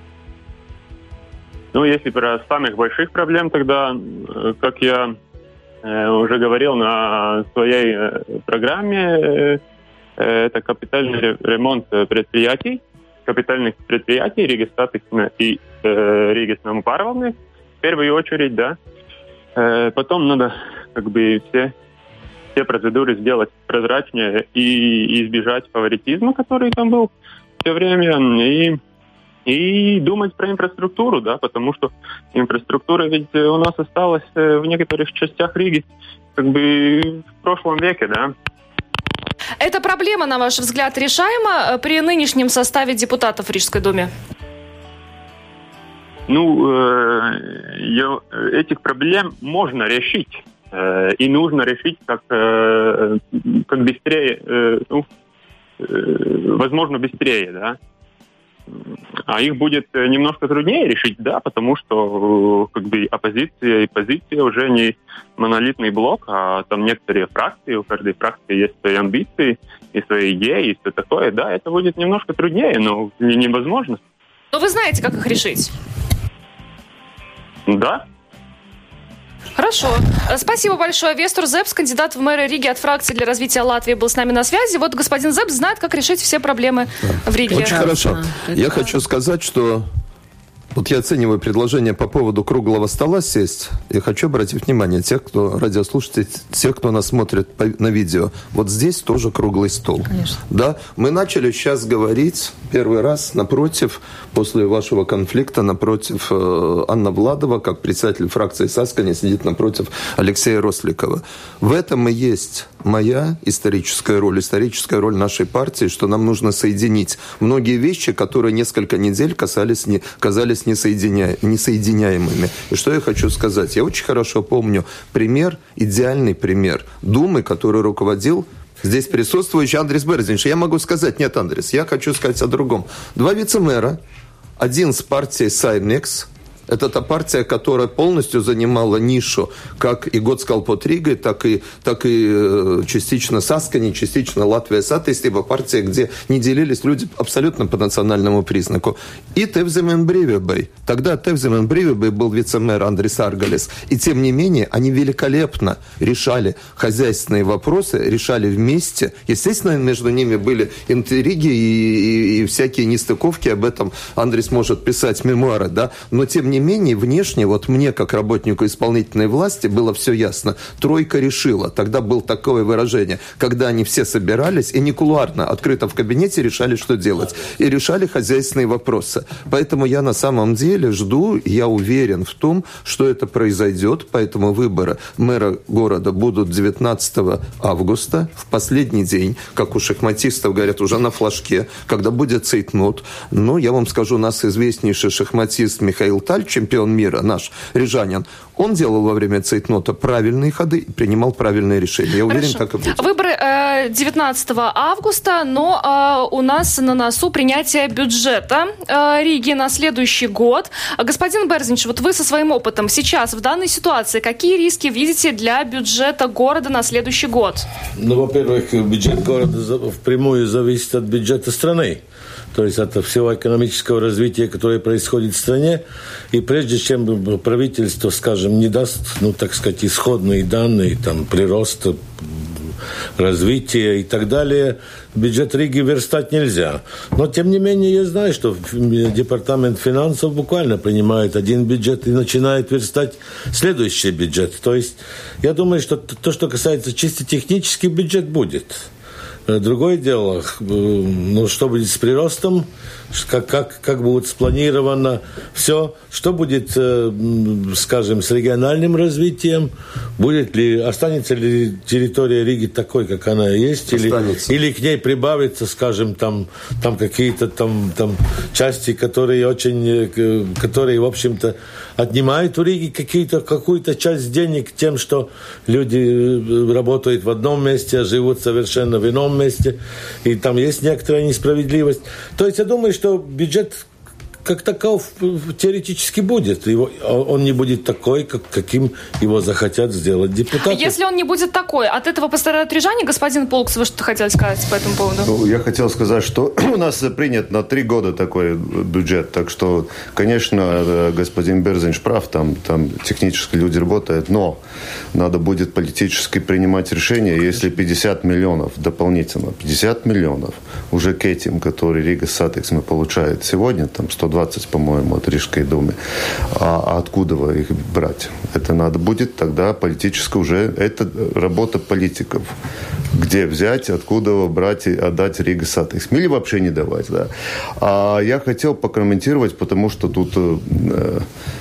Ну, если про самых больших проблем, тогда, как я э, уже говорил на своей э, программе, э, это капитальный ремонт предприятий, капитальных предприятий Риги Статикс и э, Риги Намупарвалны, в первую очередь, да. Э, потом надо как бы все, все процедуры сделать прозрачнее и избежать фаворитизма, который там был все время, и И думать про инфраструктуру, да, потому что инфраструктура ведь у нас осталась в некоторых частях Риги как бы в прошлом веке, да. Эта проблема, на ваш взгляд, решаема при нынешнем составе депутатов в Рижской думе? Ну, э, этих проблем можно решить. Э, и нужно решить как, э, как быстрее, э, ну, э, возможно, быстрее, да. А их будет немножко труднее решить, да, потому что как бы оппозиция и позиция уже не монолитный блок, а там некоторые фракции, у каждой фракции есть свои амбиции и свои идеи, и все такое, да, это будет немножко труднее, но не невозможно. Но вы знаете, как их решить? Да. Хорошо. Спасибо большое. Вестур Зепс, кандидат в мэры Риги от фракции для развития Латвии, был с нами на связи. Вот господин Зепс знает, как решить все проблемы в Риге. Очень хорошо. Я хочу сказать, что вот я оцениваю предложение по поводу круглого стола сесть. И хочу обратить внимание тех, кто радиослушатели, тех, кто нас смотрит на видео. Вот здесь тоже круглый стол. Конечно. Да? Мы начали сейчас говорить первый раз напротив, после вашего конфликта, напротив э, Анна Владова, как председатель фракции Саскани, сидит напротив Алексея Росликова. В этом и есть моя историческая роль, историческая роль нашей партии, что нам нужно соединить многие вещи, которые несколько недель касались не, казались несоединя... несоединяемыми. И что я хочу сказать? Я очень хорошо помню пример, идеальный пример Думы, который руководил здесь присутствующий Андрис Берзинш. Я могу сказать, нет, Андрис, я хочу сказать о другом. Два вице-мэра, один с партией Саймекс, это та партия, которая полностью занимала нишу как и Готскалпот Рига, так и, так и частично Саскани, частично Латвия Сатистива, партия, где не делились люди абсолютно по национальному признаку. И Тевземен Бривебей. Тогда Тевземен Бривебей был вице-мэр Андрис Аргалис. И тем не менее, они великолепно решали хозяйственные вопросы, решали вместе. Естественно, между ними были интриги и, и, и всякие нестыковки. Об этом Андрис может писать мемуары, да? Но тем не менее, внешне, вот мне, как работнику исполнительной власти, было все ясно. Тройка решила. Тогда было такое выражение, когда они все собирались и не кулуарно, открыто в кабинете решали, что делать. И решали хозяйственные вопросы. Поэтому я на самом деле жду, я уверен в том, что это произойдет. Поэтому выборы мэра города будут девятнадцатого августа, в последний день, как у шахматистов говорят, уже на флажке, когда будет цейтнот. Ну, я вам скажу, у нас известнейший шахматист Михаил Таль, чемпион мира, наш рижанин, он делал во время цейтнота правильные ходы и принимал правильные решения. Я уверен, Хорошо. так и будет. Выборы э, девятнадцатого августа, но э, у нас на носу принятие бюджета э, Риги на следующий год. Господин Берзинч, вот вы со своим опытом сейчас, в данной ситуации, какие риски видите для бюджета города на следующий год? Ну, во-первых, бюджет города впрямую зависит от бюджета страны. то есть от всего экономического развития, которое происходит в стране. И прежде чем правительство, скажем, не даст, ну, так сказать, исходные данные, там, прироста, развития и так далее, бюджет Риги верстать нельзя. Но, тем не менее, я знаю, что департамент финансов буквально принимает один бюджет и начинает верстать следующий бюджет. То есть, я думаю, что то, что касается чисто технический, бюджет будет. Другое дело, ну, что будет с приростом, как, как, как будет спланировано все, что будет, скажем, с региональным развитием, будет ли, останется ли территория Риги такой, как она есть, или, или к ней прибавится, скажем, там, там какие-то там, там части, которые очень, которые, в общем-то, отнимают у Риги какие-то, какую-то часть денег тем, что люди работают в одном месте, а живут совершенно в ином месте, и там есть некоторая несправедливость. То есть я думаю, что бюджет как таков теоретически будет. Его, он не будет такой, как, каким его захотят сделать депутаты. Если он не будет такой, от этого пострадают рижане? Господин Полкс, вы что хотели сказать по этому поводу? Ну, я хотел сказать, что у нас принят на три года такой бюджет. Так что, конечно, господин Берзинш прав, там, там технически люди работают, но надо будет политически принимать решение, если пятьдесят миллионов дополнительно, пятьдесят миллионов уже к этим, которые Рига Сатекс мы получает сегодня, там сто двадцать, по-моему, от Рижской думы. А откуда их брать? Это надо будет тогда политически уже... Это работа политиков. Где взять, откуда брать и отдать Рига Сатекс. Или вообще не давать, да. А я хотел прокомментировать, потому что тут... Э,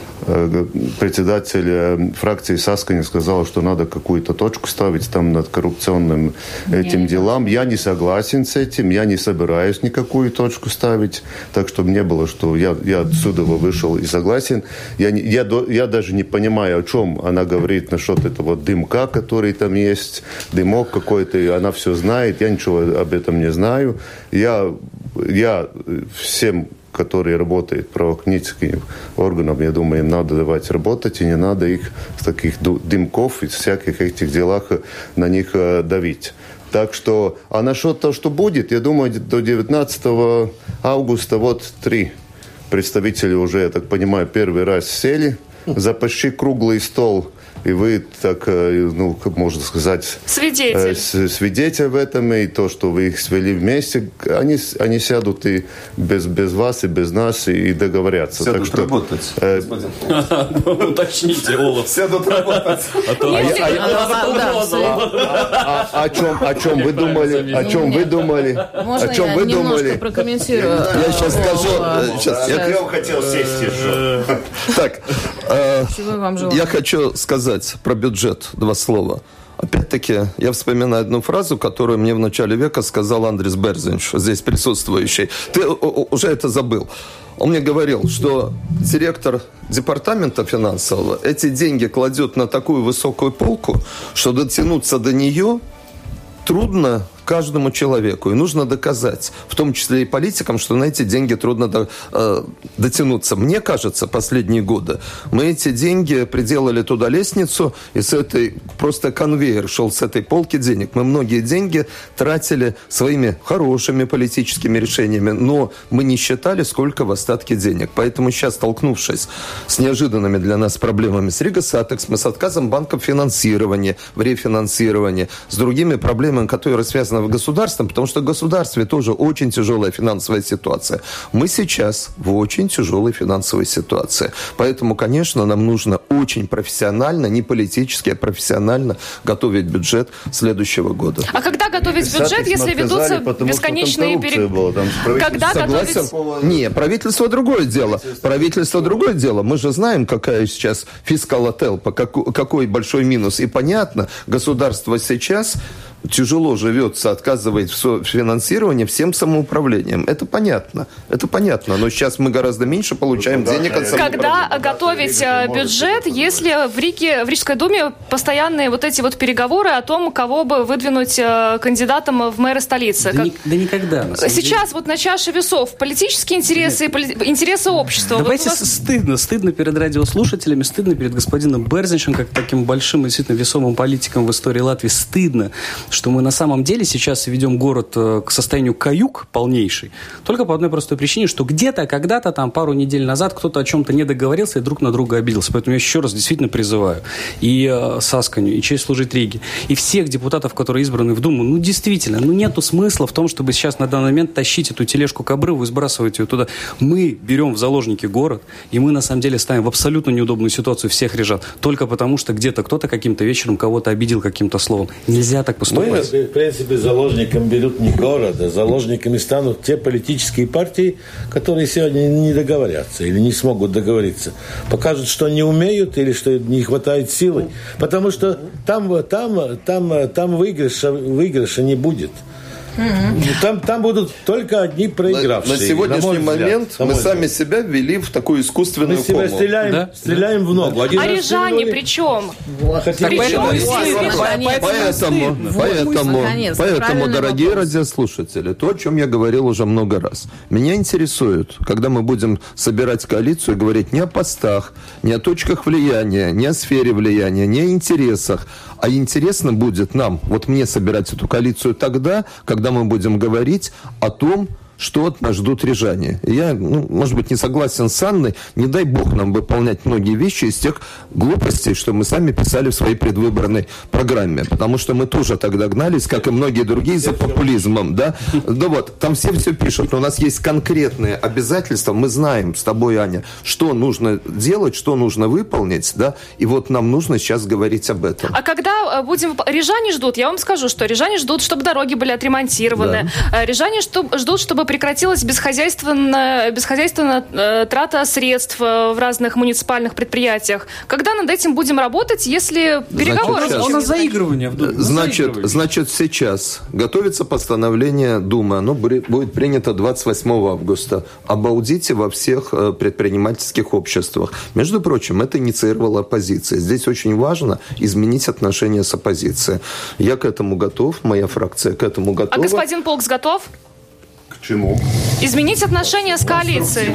председатель фракции Саскани сказал, что надо какую-то точку ставить там над коррупционным этим делам. Я не согласен с этим, я не собираюсь никакую точку ставить, так чтобы не было, что я, я отсюда вышел и согласен. Я, я, я даже не понимаю, о чем она говорит насчет этого дымка, который там есть, дымок какой-то, и она все знает, я ничего об этом не знаю. Я, я всем которые работают правоохранительным органам, я думаю, им надо давать работать, и не надо их с таких дымков и всяких этих делах на них давить. Так что, а насчет того, что будет, я думаю, до девятнадцатого августа вот три представителя уже, я так понимаю, первый раз сели за почти круглый стол. И вы так, ну, как можно сказать... Свидетель. Э, свидетель в этом, и то, что вы их свели вместе, они, они сядут и без, без вас, и без нас, и договорятся. Сядут так что, работать, э, Уточните, Олаф. Сядут работать. О чем вы думали? О чем вы думали? Можно о чем вы думали? Прокомментирую? Я сейчас скажу... Сейчас, я прям хотел сесть еще. Так, я хочу сказать про бюджет два слова. Опять-таки, я вспоминаю одну фразу, которую мне в начале века сказал Андрис Берзинш, здесь присутствующий. Ты уже это забыл. Он мне говорил, что директор департамента финансового эти деньги кладет на такую высокую полку, что дотянуться до нее трудно каждому человеку. И нужно доказать, в том числе и политикам, что на эти деньги трудно до, э, дотянуться. Мне кажется, последние годы мы эти деньги приделали туда лестницу, и с этой просто конвейер шел с этой полки денег. Мы многие деньги тратили своими хорошими политическими решениями, но мы не считали, сколько в остатке денег. Поэтому сейчас, столкнувшись с неожиданными для нас проблемами с Рига Сатекс, мы с отказом банков финансирования, в рефинансировании, с другими проблемами, которые связаны в государством, потому что в государстве тоже очень тяжелая финансовая ситуация. Мы сейчас в очень тяжелой финансовой ситуации. Поэтому, конечно, нам нужно очень профессионально, не политически, а профессионально готовить бюджет следующего года. А когда готовить бюджет, если ведутся бесконечные переговоры? Когда Согласен? готовить... Не, правительство другое дело. Правительство другое дело. Мы же знаем, какая сейчас фискал по какой, какой большой минус. И понятно, государство сейчас тяжело живется, отказывает в финансировании всем самоуправлением. Это понятно. Это понятно. Но сейчас мы гораздо меньше получаем ну, денег да, от самоуправления. Когда готовить бюджет, если в Риге, в Рижской думе постоянные вот эти вот переговоры о том, кого бы выдвинуть кандидатом в мэры столицы? Да, как... ни, да никогда. Сейчас деле. Вот на чаше весов политические интересы и поли... интересы общества. Давайте вот вас... стыдно. Стыдно перед радиослушателями, стыдно перед господином Берзиншем, как таким большим и действительно весомым политиком в истории Латвии. Стыдно. что мы на самом деле сейчас ведем город к состоянию каюк полнейший, только по одной простой причине, что где-то, когда-то, там, пару недель назад кто-то о чем-то не договорился и друг на друга обиделся. Поэтому я еще раз действительно призываю и э, Сасканью, и честь служить Риге, и всех депутатов, которые избраны в Думу, ну, действительно, ну, нету смысла в том, чтобы сейчас на данный момент тащить эту тележку к обрыву и сбрасывать ее туда. Мы берем в заложники город, и мы, на самом деле, ставим в абсолютно неудобную ситуацию всех рижан, только потому, что где-то кто-то каким-то вечером кого-то обидел каким-то словом. Нельзя так поступать. Мы, в принципе, заложником берут не город, а заложниками станут те политические партии, которые сегодня не договорятся или не смогут договориться. Покажут, что не умеют или что не хватает силы. Потому что там, там, там, там выигрыша, выигрыша не будет. Mm-hmm. Там, там будут только одни проигравшие. На, на сегодняшний на момент взгляд, мы сами взгляд. себя ввели в такую искусственную мы кому. Мы себя стреляем, да? стреляем в ногу. Один а рижане при чем? Вот. Поэтому, поэтому, поэтому дорогие вопрос. радиослушатели, то, о чем я говорил уже много раз. Меня интересует, когда мы будем собирать коалицию и говорить не о постах, не о точках влияния, не о сфере влияния, не о интересах, а интересно будет нам, вот мне собирать эту коалицию тогда, когда мы будем говорить о том, что от нас ждут рижане. Я, ну, может быть, не согласен с Анной. Не дай бог нам выполнять многие вещи из тех глупостей, что мы сами писали в своей предвыборной программе. Потому что мы тоже тогда гнались, как и многие другие, за популизмом. Да, да вот, там все все пишут. Но у нас есть конкретные обязательства. Мы знаем с тобой, Аня, что нужно делать, что нужно выполнить. Да, и вот нам нужно сейчас говорить об этом. А когда будем... Рижане ждут, я вам скажу, что рижане ждут, чтобы дороги были отремонтированы. Да. Рижане ждут, чтобы прекратилась бесхозяйственная, бесхозяйственная э, трата средств э, в разных муниципальных предприятиях. Когда над этим будем работать, если переговоры... Значит, у нас заигрывание. Значит, значит, сейчас готовится постановление Думы. Оно будет принято двадцать восьмого августа об аудите во всех э, предпринимательских обществах. Между прочим, это инициировала оппозиция. Здесь очень важно изменить отношения с оппозицией. Я к этому готов, моя фракция к этому готова. А господин Полкс готов? Чему? Изменить отношения с коалицией.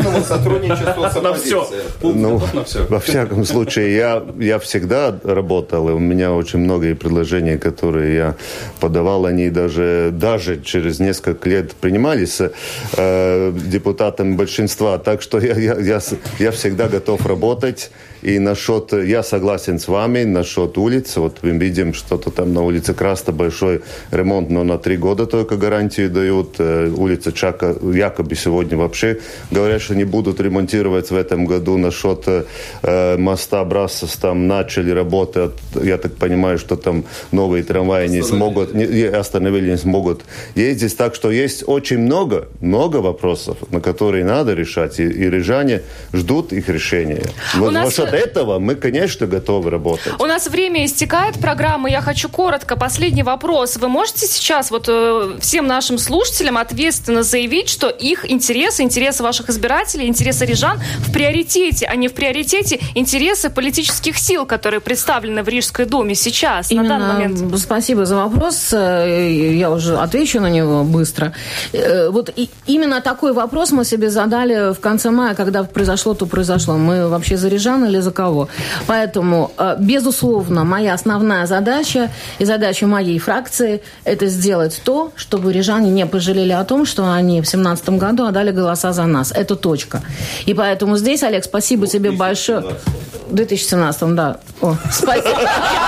На все. Ну, во всяком случае, я, я всегда работал, и у меня очень многие предложения, которые я подавал, они даже, даже через несколько лет принимались э, депутатами большинства. Так что я, я, я, я всегда готов работать. И насчет, я согласен с вами, насчет улиц. Вот мы видим, что-то там на улице Краста большой ремонт, но на три года только гарантию дают. Улица Чака якобы сегодня вообще говорят, что не будут ремонтировать в этом году. Насчет э, моста Брассос там начали работать. Я так понимаю, что там новые трамваи не смогут, не, остановили, не смогут ездить. Так что есть очень много, много вопросов, на которые надо решать. И, и рижане ждут их решения. Вот насчет этого мы, конечно, готовы работать. У нас время истекает программы. Я хочу коротко, последний вопрос. Вы можете сейчас вот э, всем нашим слушателям ответственно заявить, что их интересы, интересы ваших избирателей, интересы рижан в приоритете, а не в приоритете интересы политических сил, которые представлены в Рижской думе сейчас, Именно, на данный момент? Спасибо за вопрос. Я уже отвечу на него быстро. Вот и именно такой вопрос мы себе задали в конце мая, когда произошло, то произошло. Мы вообще за рижан или за кого? Поэтому, безусловно, моя основная задача и задача моей фракции – это сделать то, чтобы рижане не пожалели о том, что они в две тысячи семнадцатом году отдали голоса за нас. Это точка. И поэтому здесь, Олег, спасибо тебе большое. В две тысячи семнадцатом, да. О, спасибо.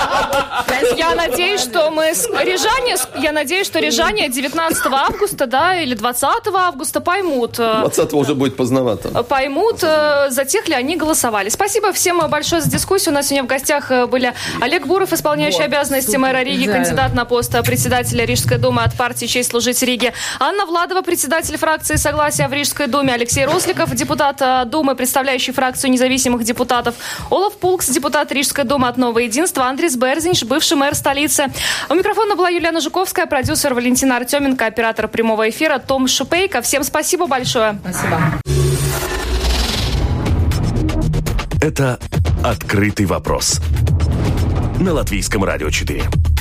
Я надеюсь, что мы с рижане, я надеюсь, что рижане девятнадцатого августа, да, или двадцатого августа поймут. двадцатого уже будет поздновато. Поймут, за тех ли они голосовали. Спасибо всем большое за дискуссию. У нас сегодня в гостях были Олег Буров, исполняющий вот, обязанности супер. мэра Риги, да. кандидат на пост председателя Рижской думы от партии «Честь служить Риге». Анна Владова, председатель фракции «Согласие» в Рижской думе. Алексей Росликов, депутат Думы, представляющий фракцию независимых депутатов. Олаф Пулкс, депутат Рижской думы от «Нового единства». Андрис Берзинш, бывший мэр столицы. У микрофона была Юлиана Жуковская, продюсер Валентина Артеменко, оператор прямого эфира Том Шупейко. Всем спасибо большое. Спасибо. Это «Открытый вопрос» на Латвийском радио четыре.